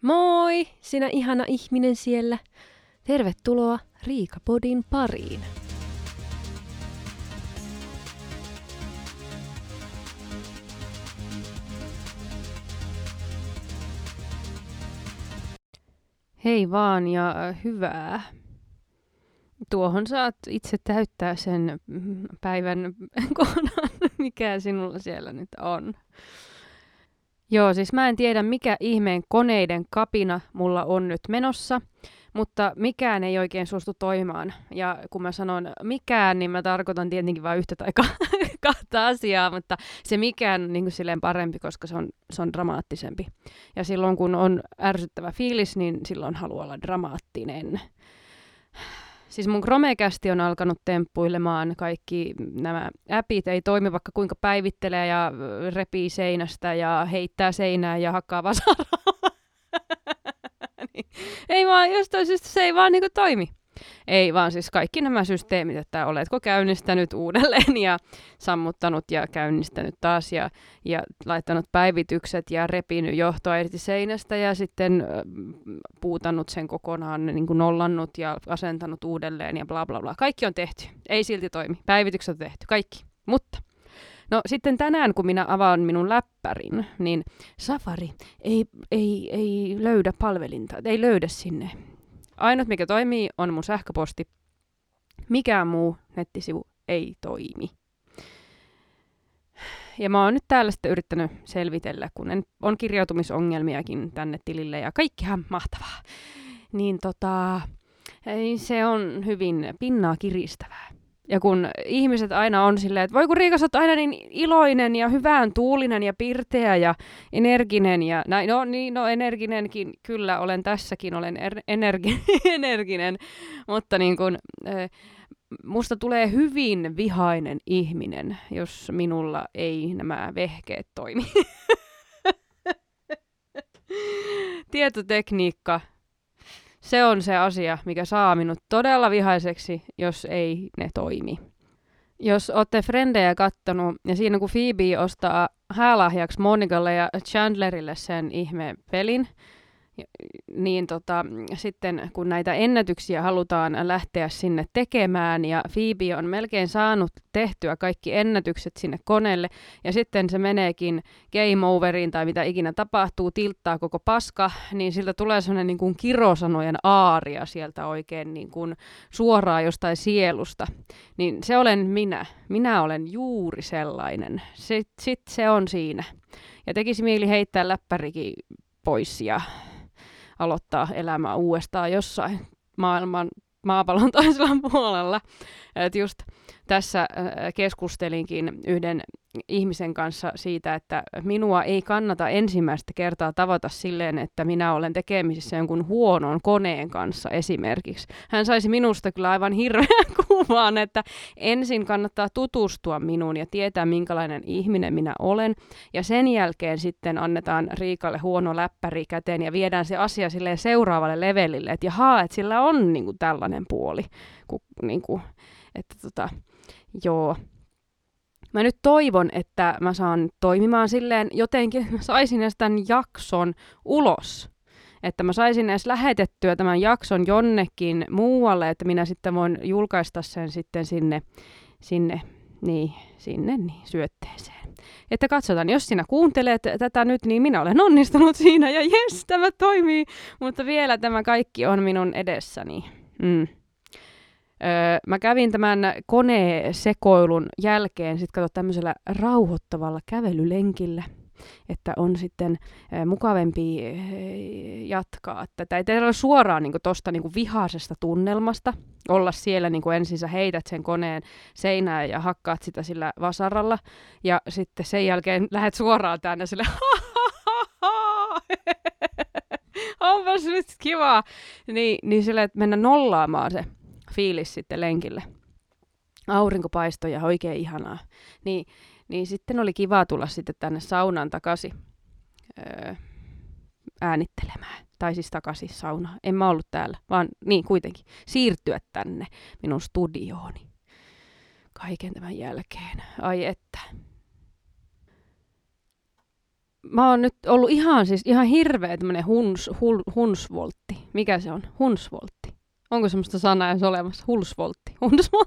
Moi, sinä ihana ihminen siellä. Tervetuloa Riikapodin pariin. Hei vaan ja hyvää. Tuohon saat itse täyttää sen päivän kohdan, mikä sinulla siellä nyt on. Joo, siis mä en tiedä mikä ihmeen koneiden kapina mulla on nyt menossa, mutta mikään ei oikein suostu toimimaan. Ja kun mä sanon mikään, niin mä tarkoitan tietenkin vain yhtä tai kahta asiaa, mutta se mikään on niin kuin silleen parempi, koska se on dramaattisempi. Ja silloin kun on ärsyttävä fiilis, niin silloin haluaa olla dramaattinen. Siis mun Chromecasti on alkanut temppuilemaan, kaikki nämä appit ei toimi vaikka kuinka päivittelee ja repii seinästä ja heittää seinää ja hakkaa vasaraa. Ei vaan, jostain syystä se ei vaan niinku toimi. Ei vaan siis kaikki nämä systeemit, että oletko käynnistänyt uudelleen ja sammuttanut ja käynnistänyt taas ja laittanut päivitykset ja repinyt johtoa irti seinästä ja sitten puutannut sen kokonaan, niin kuin nollannut ja asentanut uudelleen ja bla bla bla. Kaikki on tehty. Ei silti toimi. Päivitykset on tehty. Kaikki. Mutta no sitten tänään, kun minä avaan minun läppärin, niin Safari ei löydä palvelinta, ei löydä sinne. Ainut, mikä toimii, on mun sähköposti. Mikään muu nettisivu ei toimi. Ja mä oon nyt täällä sitten yrittänyt selvitellä, kun on kirjautumisongelmiakin tänne tilille ja kaikkihan mahtavaa. Niin se on hyvin pinnaa kiristävää. Ja kun ihmiset aina on silleen, että voi kun Riika, sä oot aina niin iloinen ja hyvään tuulinen ja pirteä ja energinen ja näin. No energinenkin, kyllä olen tässäkin, olen energinen, mutta niin kun, musta tulee hyvin vihainen ihminen, jos minulla ei nämä vehkeet toimi. Tietotekniikka. Se on se asia, mikä saa minut todella vihaiseksi, jos ei ne toimi. Jos olette Frendejä kattonut, ja siinä kun Phoebe ostaa häälahjaksi Monikalle ja Chandlerille sen ihme pelin, niin sitten kun näitä ennätyksiä halutaan lähteä sinne tekemään, ja Phoebe on melkein saanut tehtyä kaikki ennätykset sinne koneelle, ja sitten se meneekin game overiin tai mitä ikinä tapahtuu, tilttaa koko paska, niin siltä tulee sellainen niin kuin kirosanojen aaria sieltä oikein niin kuin suoraan jostain sielusta. Niin se olen minä. Minä olen juuri sellainen. Sitten se on siinä. Ja tekisi mieli heittää läppärikin pois ja aloittaa elämää uudestaan jossain maapallon toisella puolella. Et just tässä keskustelinkin yhden ihmisen kanssa siitä, että minua ei kannata ensimmäistä kertaa tavata silleen, että minä olen tekemisissä jonkun huonon koneen kanssa esimerkiksi. Hän saisi minusta kyllä aivan hirveän kuvan, että ensin kannattaa tutustua minuun ja tietää, minkälainen ihminen minä olen. Ja sen jälkeen sitten annetaan Riikalle huono läppäri käteen ja viedään se asia silleen seuraavalle levelille, että jaha, että sillä on niinku tällainen puoli. Joo. Mä nyt toivon, että mä saan toimimaan silleen jotenkin, että mä saisin edes tämän jakson ulos. Että mä saisin edes lähetettyä tämän jakson jonnekin muualle, että minä sitten voin julkaista sen sitten sinne syötteeseen. Että katsotaan, jos sinä kuuntelet tätä nyt, niin minä olen onnistunut siinä ja jes, tämä toimii. Mutta vielä tämä kaikki on minun edessäni. Mä kävin tämän konesekoilun jälkeen sitten tämmöisellä rauhoittavalla kävelylenkillä, että on sitten mukavempi jatkaa. Tätä ei tehdä suoraan niin tuosta niin vihaisesta tunnelmasta olla siellä, niin ensin sä heität sen koneen seinään ja hakkaat sitä sillä vasaralla, ja sitten sen jälkeen lähdet suoraan tänne sille onpas nyt kivaa, niin sille, että mennä nollaamaan se fiilis sitten lenkille. Aurinko paistoi ja oikein ihanaa. Niin sitten oli kiva tulla sitten tänne saunaan takaisin äänittelemään. Tai siis takaisin saunaan. En mä ollut täällä, vaan niin kuitenkin. Siirtyä tänne minun studiooni. Kaiken tämän jälkeen. Ai että. mä oon nyt ollut ihan hirveä tämmönen hunsvoltti. Mikä se on? Hunsvoltti. Onko semmoista sanaa edes olemassa? Hunsvoltti.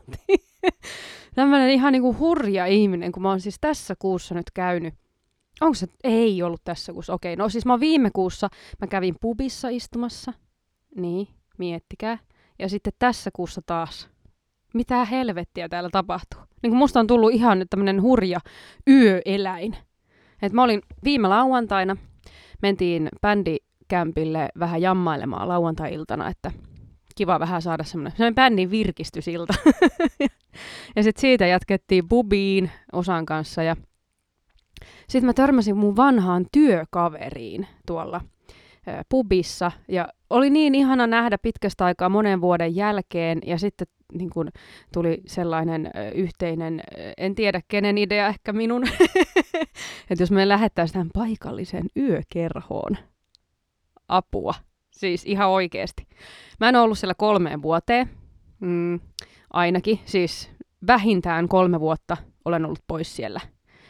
Tämmönen ihan niinku hurja ihminen, kun mä oon siis tässä kuussa nyt käynyt. Onko se? Ei ollut tässä kuussa. Okei, no siis mä oon viime kuussa, mä kävin pubissa istumassa. Niin, miettikää. Ja sitten tässä kuussa taas. Mitä helvettiä täällä tapahtuu? Niin kuin musta on tullut ihan nyt tämmönen hurja yöeläin. Et mä olin viime lauantaina, mentiin bändikämpille vähän jammailemaan lauantai-iltana, että kiva vähän saada semmoinen bändin virkistysilta. Ja sitten siitä jatkettiin pubiin Osan kanssa ja sitten mä törmäsin mun vanhaan työkaveriin tuolla pubissa ja oli niin ihana nähdä pitkästä aikaa monen vuoden jälkeen ja sitten niin kun tuli sellainen yhteinen, en tiedä kenen idea, ehkä minun, että jos me lähettäisiin tähän paikalliseen yökerhoon apua, siis ihan oikeasti. Mä en ole ollut siellä 3 vuoteen, ainakin, siis vähintään 3 vuotta olen ollut pois siellä.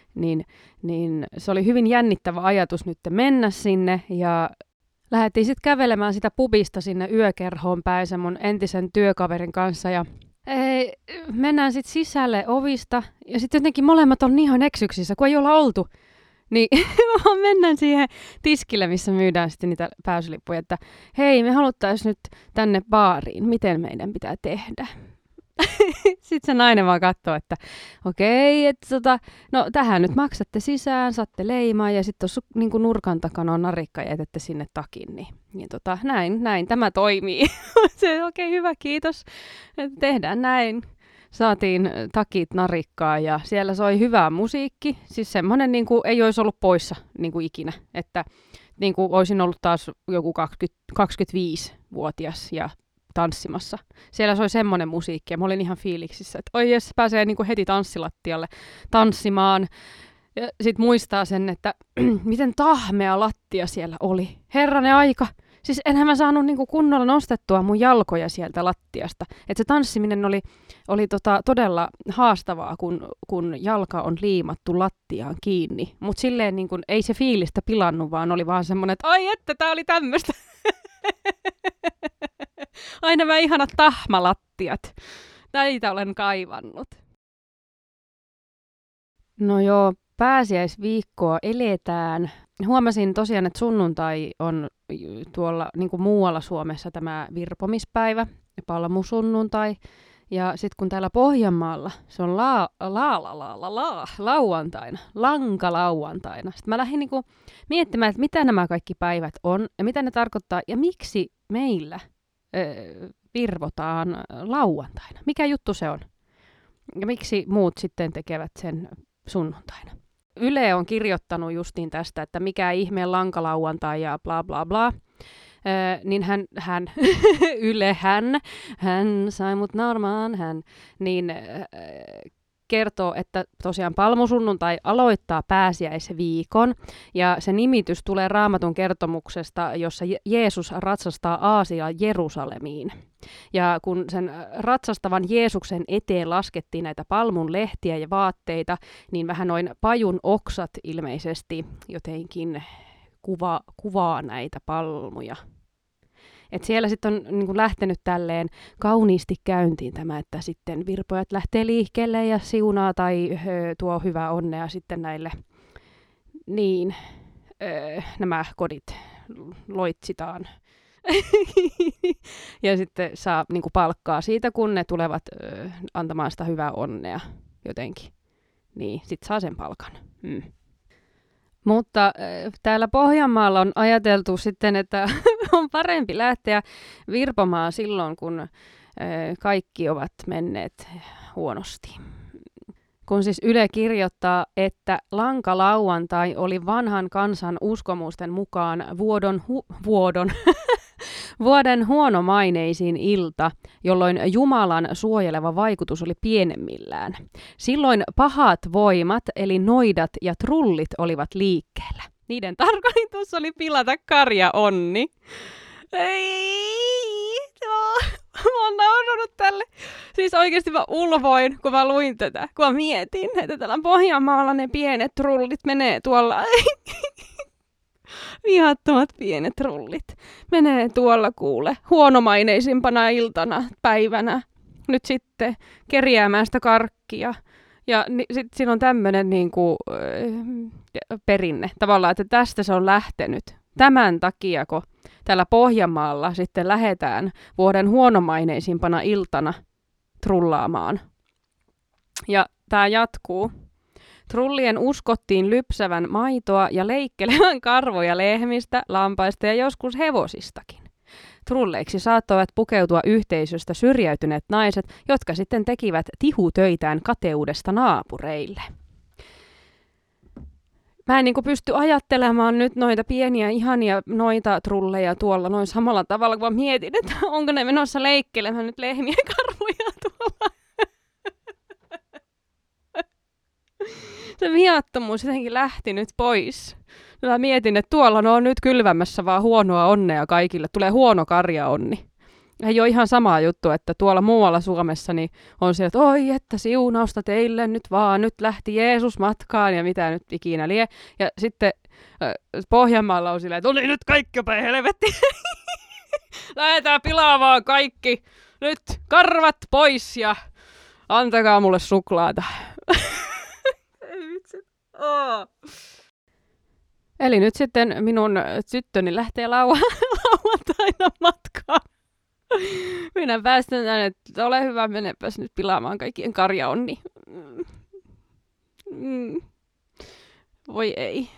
Niin se oli hyvin jännittävä ajatus nyt mennä sinne ja lähdettiin sitten kävelemään sitä pubista sinne yökerhoon päin sen mun entisen työkaverin kanssa ja mennään sitten sisälle ovista ja sitten jotenkin molemmat on ihan eksyksissä, kun ei olla oltu. Niin mennään siihen tiskille, missä myydään sitten niitä pääsylippuja, että hei, me haluttaisiin nyt tänne baariin, miten meidän pitää tehdä. Sitten se nainen vaan katsoo, että okei, että no tähän nyt maksatte sisään, saatte leimaa ja sitten tuossa niin nurkan takana on narikka ja jätette sinne takin, niin näin tämä toimii. Se okei, hyvä, kiitos, että tehdään näin. Saatiin takit narikkaa ja siellä soi hyvää musiikki, siis semmoinen niin kuin ei olisi ollut poissa niin kuin ikinä, että niin kuin olisin ollut taas joku 25-vuotias ja tanssimassa. Siellä soi semmoinen musiikki ja mä olin ihan fiiliksissä, että oi jes, pääsee niin kuin heti tanssilattialle tanssimaan. Ja sit muistaa sen, että miten tahmea lattia siellä oli. Herranen aika. Siis enhän mä saanut niin kuin kunnolla nostettua mun jalkoja sieltä lattiasta. Että se tanssiminen oli todella haastavaa, kun jalka on liimattu lattiaan kiinni. Mutta silleen niin kuin, ei se fiilistä pilannut, vaan oli vaan semmoinen, että ai että tää oli tämmöistä. Aina nämä ihanat tahmalattiat. Näitä olen kaivannut. No joo, pääsiäisviikkoa eletään. Huomasin tosiaan, että sunnuntai on tuolla niin kuin muualla Suomessa tämä virpomispäivä, palmusunnuntai. Ja sitten kun täällä Pohjanmaalla se on lauantaina, lankalauantaina. Sitten mä lähdin niin kuin miettimään, että mitä nämä kaikki päivät on ja mitä ne tarkoittaa ja miksi meillä virvotaan lauantaina. Mikä juttu se on? Ja miksi muut sitten tekevät sen sunnuntaina? Yle on kirjoittanut justiin tästä, että mikä ihmeen lankalauantai ja bla bla bla. Niin hän sai mut nauramaan, kertoo, että tosiaan palmusunnuntai aloittaa pääsiäisviikon ja se nimitys tulee Raamatun kertomuksesta, jossa Jeesus ratsastaa Aasiaan Jerusalemiin. Ja kun sen ratsastavan Jeesuksen eteen laskettiin näitä palmun lehtiä ja vaatteita, niin vähän noin pajun oksat ilmeisesti jotenkin kuvaa näitä palmuja. Et siellä sitten on niin kuin lähtenyt tälleen kauniisti käyntiin tämä, että sitten virpojat lähtee liikkeelle ja siunaa tai tuo hyvää onnea sitten näille, nämä kodit loitsitaan. Ja sitten saa niin kuin palkkaa siitä, kun ne tulevat antamaan sitä hyvää onnea jotenkin. Niin, sitten saa sen palkan. Mutta täällä Pohjanmaalla on ajateltu sitten, että on parempi lähteä virpomaan silloin, kun kaikki ovat menneet huonosti. Kun siis Yle kirjoittaa, että lankalauantai oli vanhan kansan uskomusten mukaan vuoden huonomaineisin ilta, jolloin Jumalan suojeleva vaikutus oli pienemmillään. Silloin pahat voimat, eli noidat ja trullit, olivat liikkeellä. Niiden tarkoitus oli pilata karja onni. Ei, mä oon nauranut tälle. Siis oikeesti mä ulvoin, kun mä luin tätä, kun mä mietin, että täällä Pohjanmaalla ne pienet trullit menee tuolla Vihattomat pienet trullit. Menee tuolla kuule huonomaineisimpana iltana, päivänä. Nyt sitten kerjäämään sitä karkkia. Ja sitten siinä on tämmöinen niinku, perinne tavallaan, että tästä se on lähtenyt. Tämän takia, kun täällä Pohjanmaalla sitten lähdetään vuoden huonomaineisimpana iltana trullaamaan. Ja tämä jatkuu. Trullien uskottiin lypsävän maitoa ja leikkelevän karvoja lehmistä, lampaista ja joskus hevosistakin. Trulleiksi saattoivat pukeutua yhteisöstä syrjäytyneet naiset, jotka sitten tekivät tihutöitään kateudesta naapureille. Mä en pysty ajattelemaan nyt noita pieniä ihania noita trulleja tuolla noin samalla tavalla, kun mä mietin, että onko ne menossa leikkelemään nyt lehmien karvoja tuolla. Se viattomuus jotenkin lähti nyt pois. Mä mietin, että tuolla on nyt kylvämässä vaan huonoa onnea kaikille. Tulee huono karjaonni. Ei ole ihan sama juttu, että tuolla muualla Suomessa niin on se, että oi, että siunausta teille nyt vaan. Nyt lähti Jeesus matkaan ja mitä nyt ikinä lie. Ja sitten Pohjanmaalla on silleen, että oli nyt kaikki päin helvettiin. Lähdetään pilaamaan kaikki. Nyt karvat pois ja antakaa mulle suklaata. Eli nyt sitten minun tyttöni lähtee lauantaina matkaan. Minä päästän tänne, että ole hyvä, menepäs nyt pilaamaan kaikkien karjaonni. Voi ei.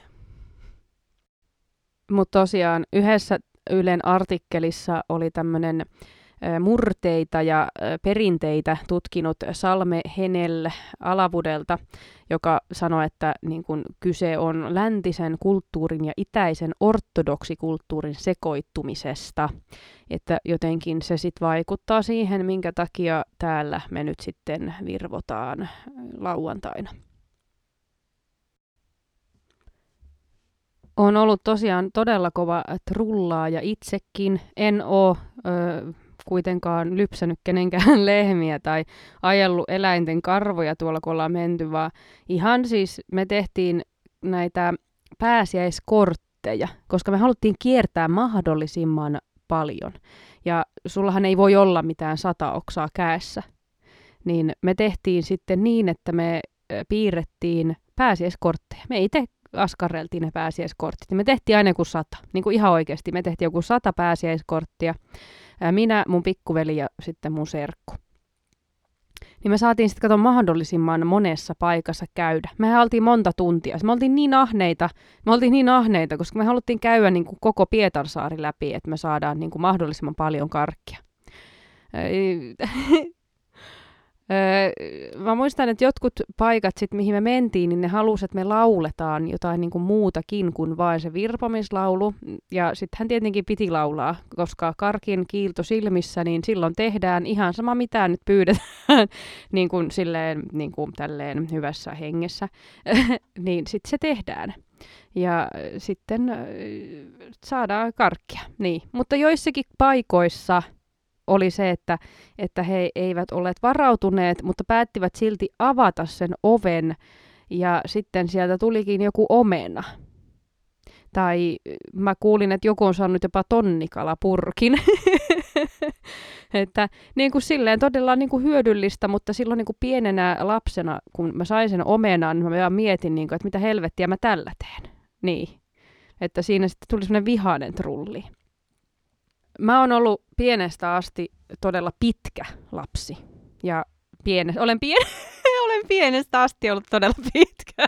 Mutta tosiaan yhdessä Ylen artikkelissa oli tämmöinen murteita ja perinteitä tutkinut Salme Henel Alavudelta, joka sanoi, että niin kun kyse on läntisen kulttuurin ja itäisen ortodoksikulttuurin sekoittumisesta. Että jotenkin se sitten vaikuttaa siihen, minkä takia täällä me nyt sitten virvotaan lauantaina. On ollut tosiaan todella kova trullaaja itsekin. En ole kuitenkaan lypsänyt kenenkään lehmiä tai ajellut eläinten karvoja tuolla, kun ollaan menty, vaan ihan siis me tehtiin näitä pääsiäiskortteja, koska me haluttiin kiertää mahdollisimman paljon. Ja sullahan ei voi olla mitään 100 oksaa kädessä. Niin me tehtiin sitten niin, että me piirrettiin pääsiäiskortteja. Me itse askarreltiin ne pääsiäiskorttit. Me tehtiin aina joku 100. Niin kuin ihan oikeasti. Me tehtiin joku 100 pääsiäiskorttia. Minä, mun pikkuveli ja sitten mun serkku. Niin me saatiin sitten kato mahdollisimman monessa paikassa käydä. Mehän oltiin monta tuntia. Me oltiin niin ahneita, koska me haluttiin käydä niin kuin koko Pietarsaari läpi, että me saadaan niin kuin mahdollisimman paljon karkkia. Mä muistan, että jotkut paikat, sit, mihin me mentiin, niin ne halusivat, että me lauletaan jotain niin kuin muutakin kuin vain se virpomislaulu. Ja sittenhän tietenkin piti laulaa, koska karkin kiilto silmissä, niin silloin tehdään ihan sama mitä nyt pyydetään niin kuin silleen, niin kuin tälleen hyvässä hengessä. Niin sitten se tehdään. Ja sitten saadaan karkkia. Niin. Mutta joissakin paikoissa oli se, että he eivät olleet varautuneet, mutta päättivät silti avata sen oven ja sitten sieltä tulikin joku omena. Tai mä kuulin, että joku on saanut jopa tonnikalapurkin. Että niin kuin silleen todella niin kuin hyödyllistä, mutta silloin niin kuin pienenä lapsena, kun mä sain sen omenan, niin mä vaan mietin, niin kuin, että mitä helvettiä mä tällä teen. Niin, että siinä sitten tuli semmoinen vihainen trulli. Mä oon ollut pienestä asti todella pitkä lapsi. Ja olen pienestä asti ollut todella pitkä.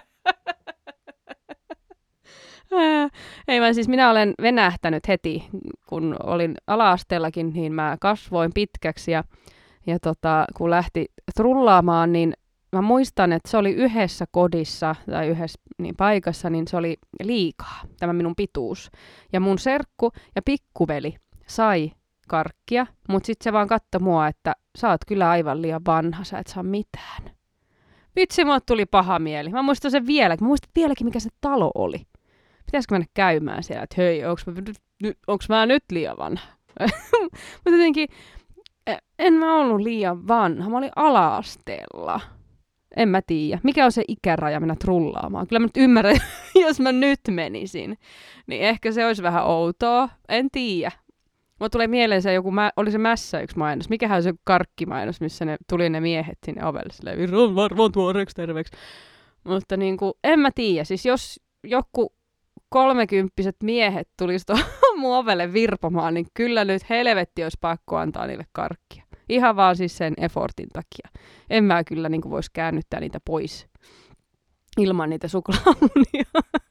Ei vaan siis minä olen venähtänyt heti, kun olin ala-asteellakin, niin mä kasvoin pitkäksi ja kun lähti trullaamaan, niin mä muistan, että se oli yhdessä kodissa tai yhdessä paikassa, niin se oli liikaa, tämä minun pituus. Ja mun serkku ja pikkuveli sai karkkia, mutta sitten se vaan katsoi mua, että sä oot kyllä aivan liian vanha, sä et saa mitään. Vitsi, mulle tuli paha mieli. Mä muistan sen vieläkin. Mä muistan vieläkin, mikä se talo oli. Pitäisikö mennä käymään siellä, että hei, onks mä nyt liian vanha? Mutta jotenkin, en mä ollut liian vanha. Mä olin ala-asteella. En mä tiedä. Mikä on se ikäraja mennä trullaamaan? Kyllä mä nyt ymmärrän, jos mä nyt menisin. Niin ehkä se olisi vähän outoa. En tiedä. Mulla tulee mieleen se joku, oli se Mässä yksi mainos. Mikähän se karkkimainos, missä tuli ne miehet sinne ovelle. Silleen, Viron varmaan tuoreeksi terveeksi. Mutta niinku, en mä tiedä. Siis jos joku 30-vuotiaat miehet tulisi mun ovelle virpomaan, niin kyllä nyt helvetti olisi pakko antaa niille karkkia. Ihan vaan siis sen effortin takia. En mä kyllä niin voisi käännyttää niitä pois ilman niitä suklaamunia.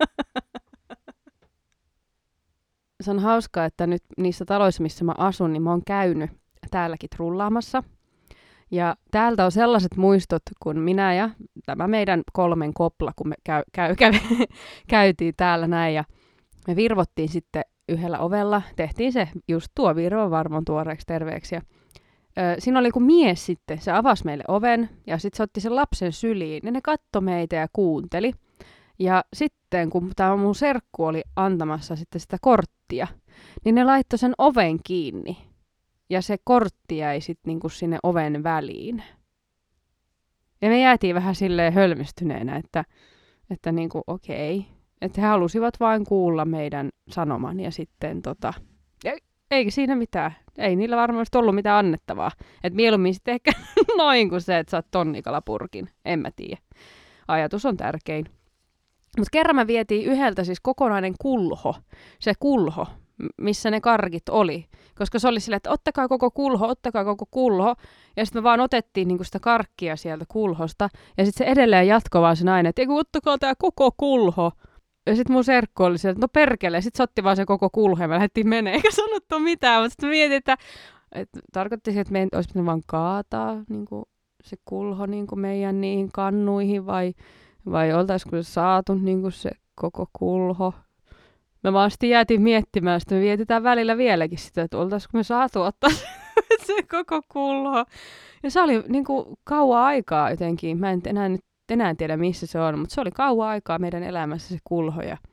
Se on hauskaa, että nyt niissä taloissa, missä mä asun, niin mä oon käynyt täälläkin trullaamassa. Ja täältä on sellaiset muistot, kun minä ja tämä meidän 3 kopla, kun me käytiin täällä näin. Ja me virvottiin sitten yhdellä ovella. Tehtiin se just tuo virvo varmaan tuoreeksi terveeksi. Ja siinä oli joku mies sitten, se avasi meille oven ja sitten se otti sen lapsen syliin ja ne katsoi meitä ja kuunteli. Ja sitten kun tämä mun serkku oli antamassa sitten sitä korttia, niin ne laittoi sen oven kiinni ja se kortti jäi sitten niinku sinne oven väliin. Ja me jäätiin vähän silleen hölmistyneenä, että niinku okei, että he halusivat vain kuulla meidän sanoman ja sitten eikä siinä mitään. Ei niillä varmasti ollut mitään annettavaa. Et mieluummin sitten ehkä noin kuin se, että saat tonnikalapurkin. En mä tiedä. Ajatus on tärkein. Mutta kerran me vietiin yhdeltä siis kokonainen kulho. Se kulho, missä ne karkit oli. Koska se oli silleen, että ottakaa koko kulho. Ja sitten me vaan otettiin niinku sitä karkkia sieltä kulhosta. Ja sitten se edelleen jatkoi vaan se nainen, että ottakaa tää koko kulho. Ja sitten mun serkku oli sieltä, että no perkele. Sitten se otti vaan se koko kulho ja me lähdettiin menee. Eikä sanottu mitään, mutta sitten mietin, että tarkoitti se, että meidän olisi pitänyt vaan kaataa niin kuin se kulho niin kuin meidän niihin kannuihin vai oltaisiko se saatu niin kuin se koko kulho. Me vaan sitten jäätiin miettimään, että me vietetään välillä vieläkin sitä, että oltaisiko me saatu ottaa se koko kulho. Ja se oli niin kuin kauan aikaa jotenkin. Mä en enää tiedä missä se on, mutta se oli kauan aikaa meidän elämässä se kulho. Ja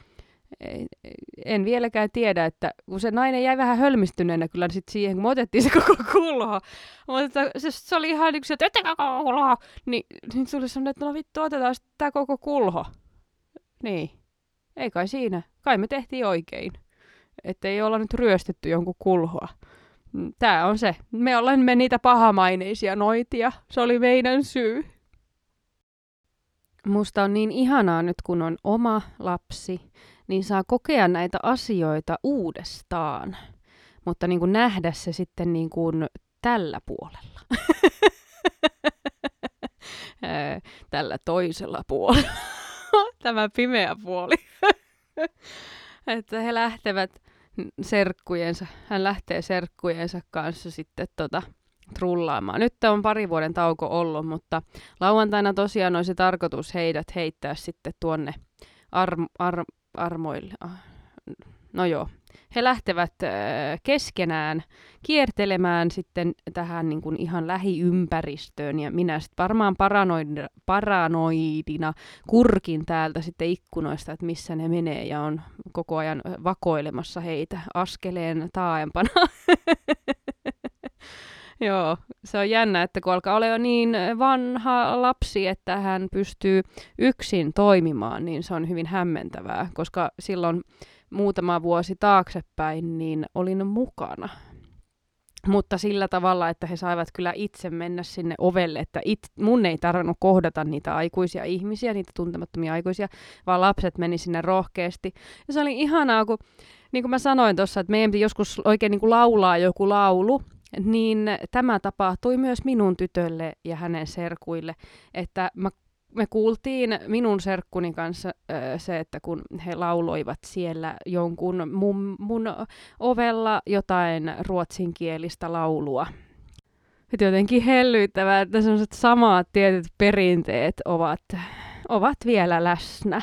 en vieläkään tiedä, että kun se nainen jäi vähän hölmistyneenä kyllä sit siihen, kun me otettiin se koko kulho. Mutta se oli ihan niin kuin se, että koko kulho. Niin se oli sellainen, että no vittu, otetaan tämä koko kulho. Niin, ei kai siinä. Kai me tehtiin oikein. Että ei olla nyt ryöstetty jonkun kulhoa. Tää on se. Me olemme niitä pahamaineisia noitia. Se oli meidän syy. Musta on niin ihanaa nyt, kun on oma lapsi, niin saa kokea näitä asioita uudestaan. Mutta niin kuin nähdä se sitten niin kuin tällä puolella. Tällä toisella puolella. Tämä pimeä puoli. Että he lähtevät hän lähtee serkkujensa kanssa sitten trullaamaan. Nyt on 2 vuoden tauko ollut, mutta lauantaina tosiaan olisi tarkoitus heidät heittää sitten tuonne armoille. No joo, he lähtevät keskenään kiertelemään sitten tähän niin kuin ihan lähiympäristöön ja minä sitten varmaan paranoidina kurkin täältä sitten ikkunoista, että missä ne menee ja on koko ajan vakoilemassa heitä askeleen taaempana. Joo, se on jännä, että kun alkaa olla jo niin vanha lapsi, että hän pystyy yksin toimimaan, niin se on hyvin hämmentävää, koska silloin muutama vuosi taaksepäin niin olin mukana. Mutta sillä tavalla, että he saivat kyllä itse mennä sinne ovelle, että mun ei tarvinnut kohdata niitä aikuisia ihmisiä, niitä tuntemattomia aikuisia, vaan lapset meni sinne rohkeasti. Ja se oli ihanaa, kun niin kuin mä sanoin tuossa, että meidän piti joskus oikein niin kuin laulaa joku laulu, niin tämä tapahtui myös minun tytölle ja hänen serkuille, että me kuultiin minun serkkuni kanssa se, että kun he lauloivat siellä jonkun mun ovella jotain ruotsinkielistä laulua. Et jotenkin hellyttävää, että sellaiset samat tietyt perinteet ovat vielä läsnä.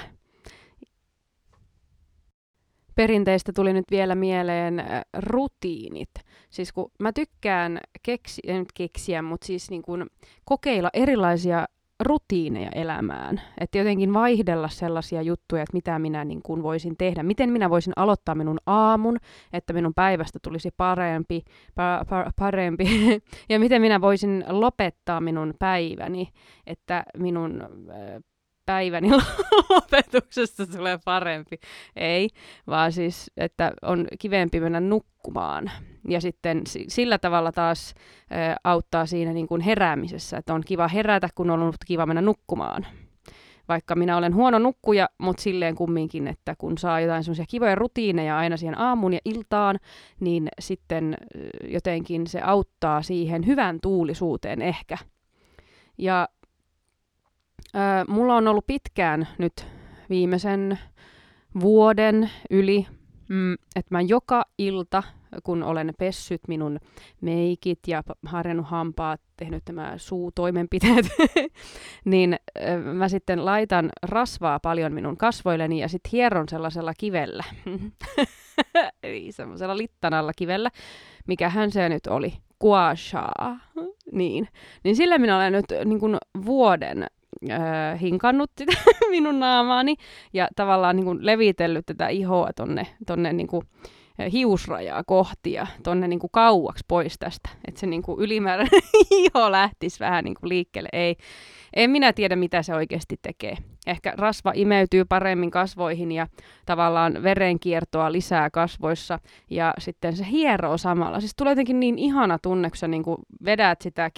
Perinteistä tuli nyt vielä mieleen rutiinit. Siis kun mä tykkään keksiä, mutta siis niin kuin kokeilla erilaisia rutiineja elämään. Että jotenkin vaihdella sellaisia juttuja, että mitä minä niin kuin voisin tehdä. Miten minä voisin aloittaa minun aamun, että minun päivästä tulisi parempi. Ja miten minä voisin lopettaa minun päiväni, että minun päiväni lopetuksesta tulee parempi. Ei, vaan siis, että on kivempi mennä nukkumaan. Ja sitten sillä tavalla taas auttaa siinä niin kuin heräämisessä, että on kiva herätä, kun on ollut kiva mennä nukkumaan. Vaikka minä olen huono nukkuja, mutta silleen kumminkin, että kun saa jotain semmoisia kivoja rutiineja aina siihen aamuun ja iltaan, niin sitten jotenkin se auttaa siihen hyvän tuulisuuteen ehkä. Ja mulla on ollut pitkään nyt viimeisen vuoden yli, että mä joka ilta, kun olen pessyt minun meikit ja harjannut hampaat, tehnyt nämä suutoimenpiteet, niin mä sitten laitan rasvaa paljon minun kasvoilleni ja sitten hieron sellaisella kivellä, eli semmoisella littanalla kivellä, mikähän se nyt oli, gua sha, niin sillä minä olen nyt niin kuin vuoden hinkannut sitä minun naamaani ja tavallaan niin kuin levitellyt tätä ihoa tonne niin kuin hiusrajaa kohti ja tonne niin kuin kauaksi pois tästä, että se niin kuin ylimääräinen iho lähtisi vähän niin kuin liikkeelle. En minä tiedä, mitä se oikeasti tekee. Ehkä rasva imeytyy paremmin kasvoihin ja tavallaan verenkiertoa lisää kasvoissa ja sitten se hieroo samalla. Siis tulee jotenkin niin ihana tunne, kun sä niin kuin vedät sitä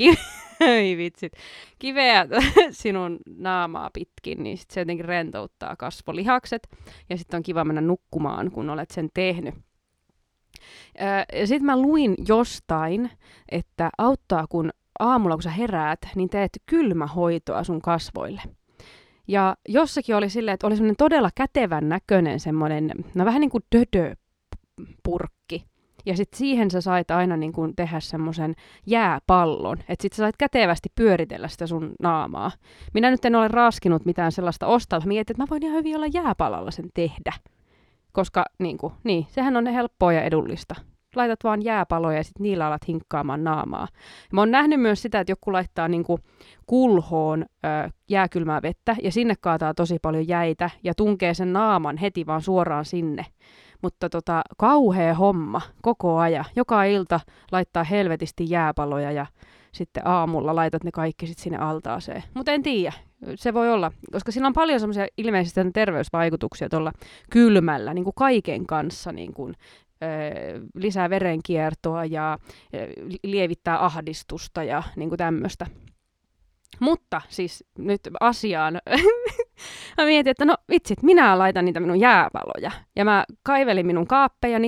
kiveä sinun naamaa pitkin, niin sit se jotenkin rentouttaa kasvolihakset ja sitten on kiva mennä nukkumaan, kun olet sen tehnyt. Ja sitten mä luin jostain, että auttaa kun aamulla kun sä heräät, niin teet kylmähoitoa sun kasvoille. Ja jossakin oli silleen, että oli semmoinen todella kätevän näköinen semmoinen, no vähän niin kuin dödö-purkki. Ja sitten siihen sä sait aina niin kuin tehdä semmoisen jääpallon, että sit sä sait kätevästi pyöritellä sitä sun naamaa. Minä nyt en ole raaskinut mitään sellaista ostaa, että mietin, että mä voin ihan hyvin olla jääpalalla sen tehdä. Koska sehän on helppoa ja edullista. Laitat vaan jääpaloja ja sitten niillä alat hinkkaamaan naamaa. Mä oon nähnyt myös sitä, että joku laittaa niinku kulhoon jääkylmää vettä ja sinne kaataa tosi paljon jäitä ja tunkee sen naaman heti vaan suoraan sinne. Mutta kauhea homma koko ajan. Joka ilta laittaa helvetisti jääpaloja ja sitten aamulla laitat ne kaikki sit sinne altaaseen. Mutta en tiedä. Se voi olla, koska sillä on paljon semmoisia ilmeisesti terveysvaikutuksia tuolla kylmällä, niin kuin kaiken kanssa, niin kuin, lisää verenkiertoa ja lievittää ahdistusta ja niin kuin tämmöistä. Mutta siis nyt asiaan. Mä mietin, että no vitsit, minä laitan niitä minun jääpaloja. Ja mä kaivelin minun kaappejani.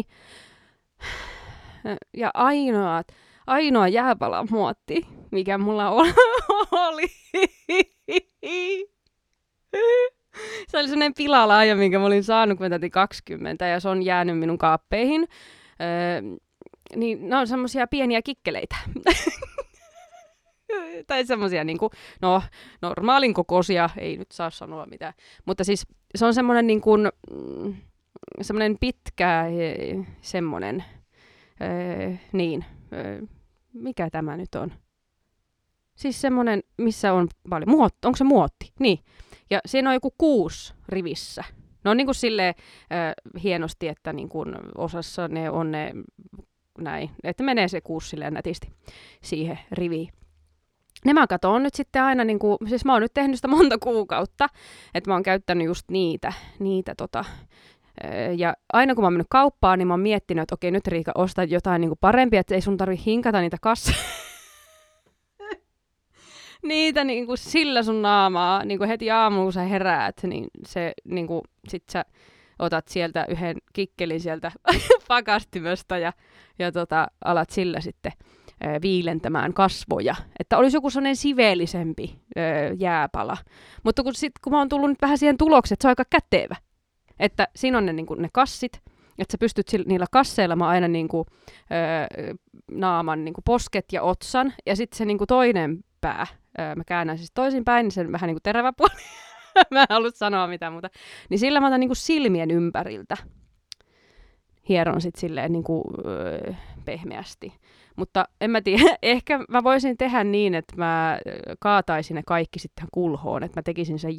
Ja ainoa jääpalamuotti, mikä mulla oli. Se oli sellainen pilalaaja, minkä mä olin saanut, kun mä täytin 20, ja se on jäänyt minun kaappeihin. Niin ne on semmosia pieniä kikkeleitä. Tai semmosia niinku, normaalin kokoisia, ei nyt saa sanoa mitään. Mutta siis se on semmoinen niinku, semmoinen pitkä, semmoinen, mikä tämä nyt on? Siis semmoinen, missä on paljon, onko se muotti? Niin. Ja siinä on joku 6 rivissä. Ne on niinku silleen hienosti, että niinku osassa ne on ne näin, että menee se 6 silleen nätisti siihen riviin. Ne mä katon nyt sitten aina, niinku, siis mä oon nyt tehnyt sitä monta kuukautta, että mä oon käyttänyt just niitä ja aina kun mä oon mennyt kauppaan, niin mä oon miettinyt, että okei, nyt Riika, osta jotain niinku parempia, että ei sun tarvi hinkata niitä niitä niinku sillä sun naamaa, niinku heti aamulla kun sä heräät, niin se niinku sit sä otat sieltä yhden kikkelin sieltä pakastimesta ja alat sillä sitten viilentämään kasvoja. Että olisi joku sellainen siveellisempi jääpala. Mutta kun mä oon tullut nyt vähän siihen tulokseen, että se on aika kätevä. Että siinä on ne kassit, että sä pystyt niillä kasseilla aina niinku, naaman niinku posket ja otsan. Ja sitten se niinku toinen pää, mä käännän siis toisinpäin, niin sen vähän niinku terävä puoli. Mä en halua sanoa mitään muuta. Niin sillä mä otan niinku silmien ympäriltä. hieron sit silleen niinku, pehmeästi. Mutta en mä tiedä, ehkä mä voisin tehdä niin, että mä kaataisin ne kaikki sitten kulhoon, että mä tekisin sen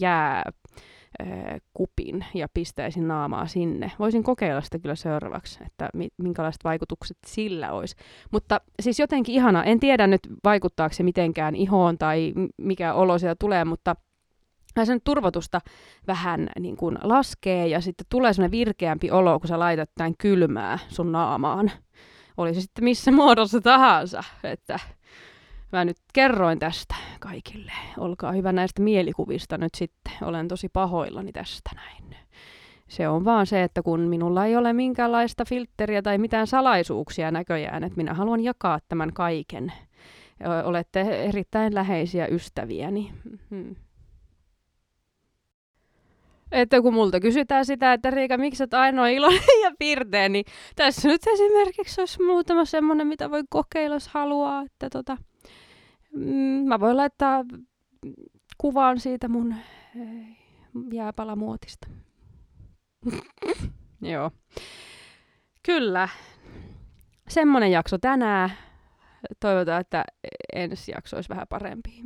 kupin ja pistäisin naamaa sinne. Voisin kokeilla sitä kyllä seuraavaksi, että minkälaiset vaikutukset sillä olisi. Mutta siis jotenkin ihanaa. En tiedä nyt vaikuttaako se mitenkään ihoon tai mikä olo siellä tulee, mutta sen turvotusta vähän niin kuin laskee ja sitten tulee semmoinen virkeämpi olo, kun sä laitat tämän kylmää sun naamaan. Oli se sitten missä muodossa tahansa, että mä nyt kerroin tästä kaikille. Olkaa hyvä näistä mielikuvista nyt sitten. Olen tosi pahoillani tästä näin. Se on vaan se, että kun minulla ei ole minkäänlaista filtteriä tai mitään salaisuuksia näköjään, että minä haluan jakaa tämän kaiken. Olette erittäin läheisiä ystäviäni. Että kun multa kysytään sitä, että Riika, miksi olet ainoa iloinen ja pirteä, niin tässä nyt esimerkiksi olisi muutama semmoinen, mitä voi kokeilla, jos haluaa. Että mä voin laittaa kuvan siitä mun jääpalamuotista. Joo. Kyllä. Semmoinen jakso tänään. Toivotaan, että ensi jakso olisi vähän parempi.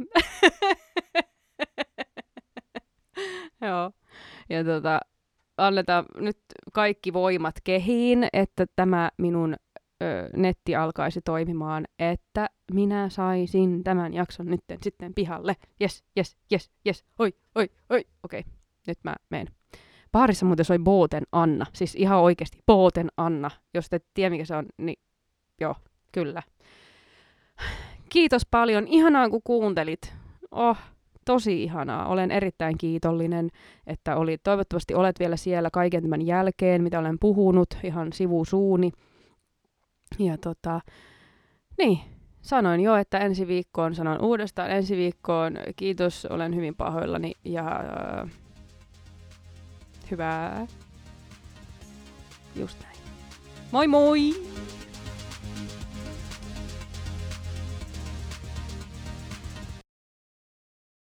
Joo. Ja annetaan nyt kaikki voimat kehiin, että tämä minun netti alkaisi toimimaan, että minä saisin tämän jakson nyt sitten pihalle. Yes. Oi. Okei, nyt mä menen. Baarissa muuten soi Booten Anna, siis ihan oikeasti Booten Anna. Jos te et tiedä mikä se on, niin joo, kyllä. Kiitos paljon, ihanaa kun kuuntelit. Tosi ihanaa. Olen erittäin kiitollinen, että toivottavasti olet vielä siellä kaiken tämän jälkeen, mitä olen puhunut, ihan sivusuuni. Ja niin, sanoin jo, että ensi viikkoon, sanon uudestaan ensi viikkoon. Kiitos, olen hyvin pahoillani ja hyvää. Just näin. Moi moi!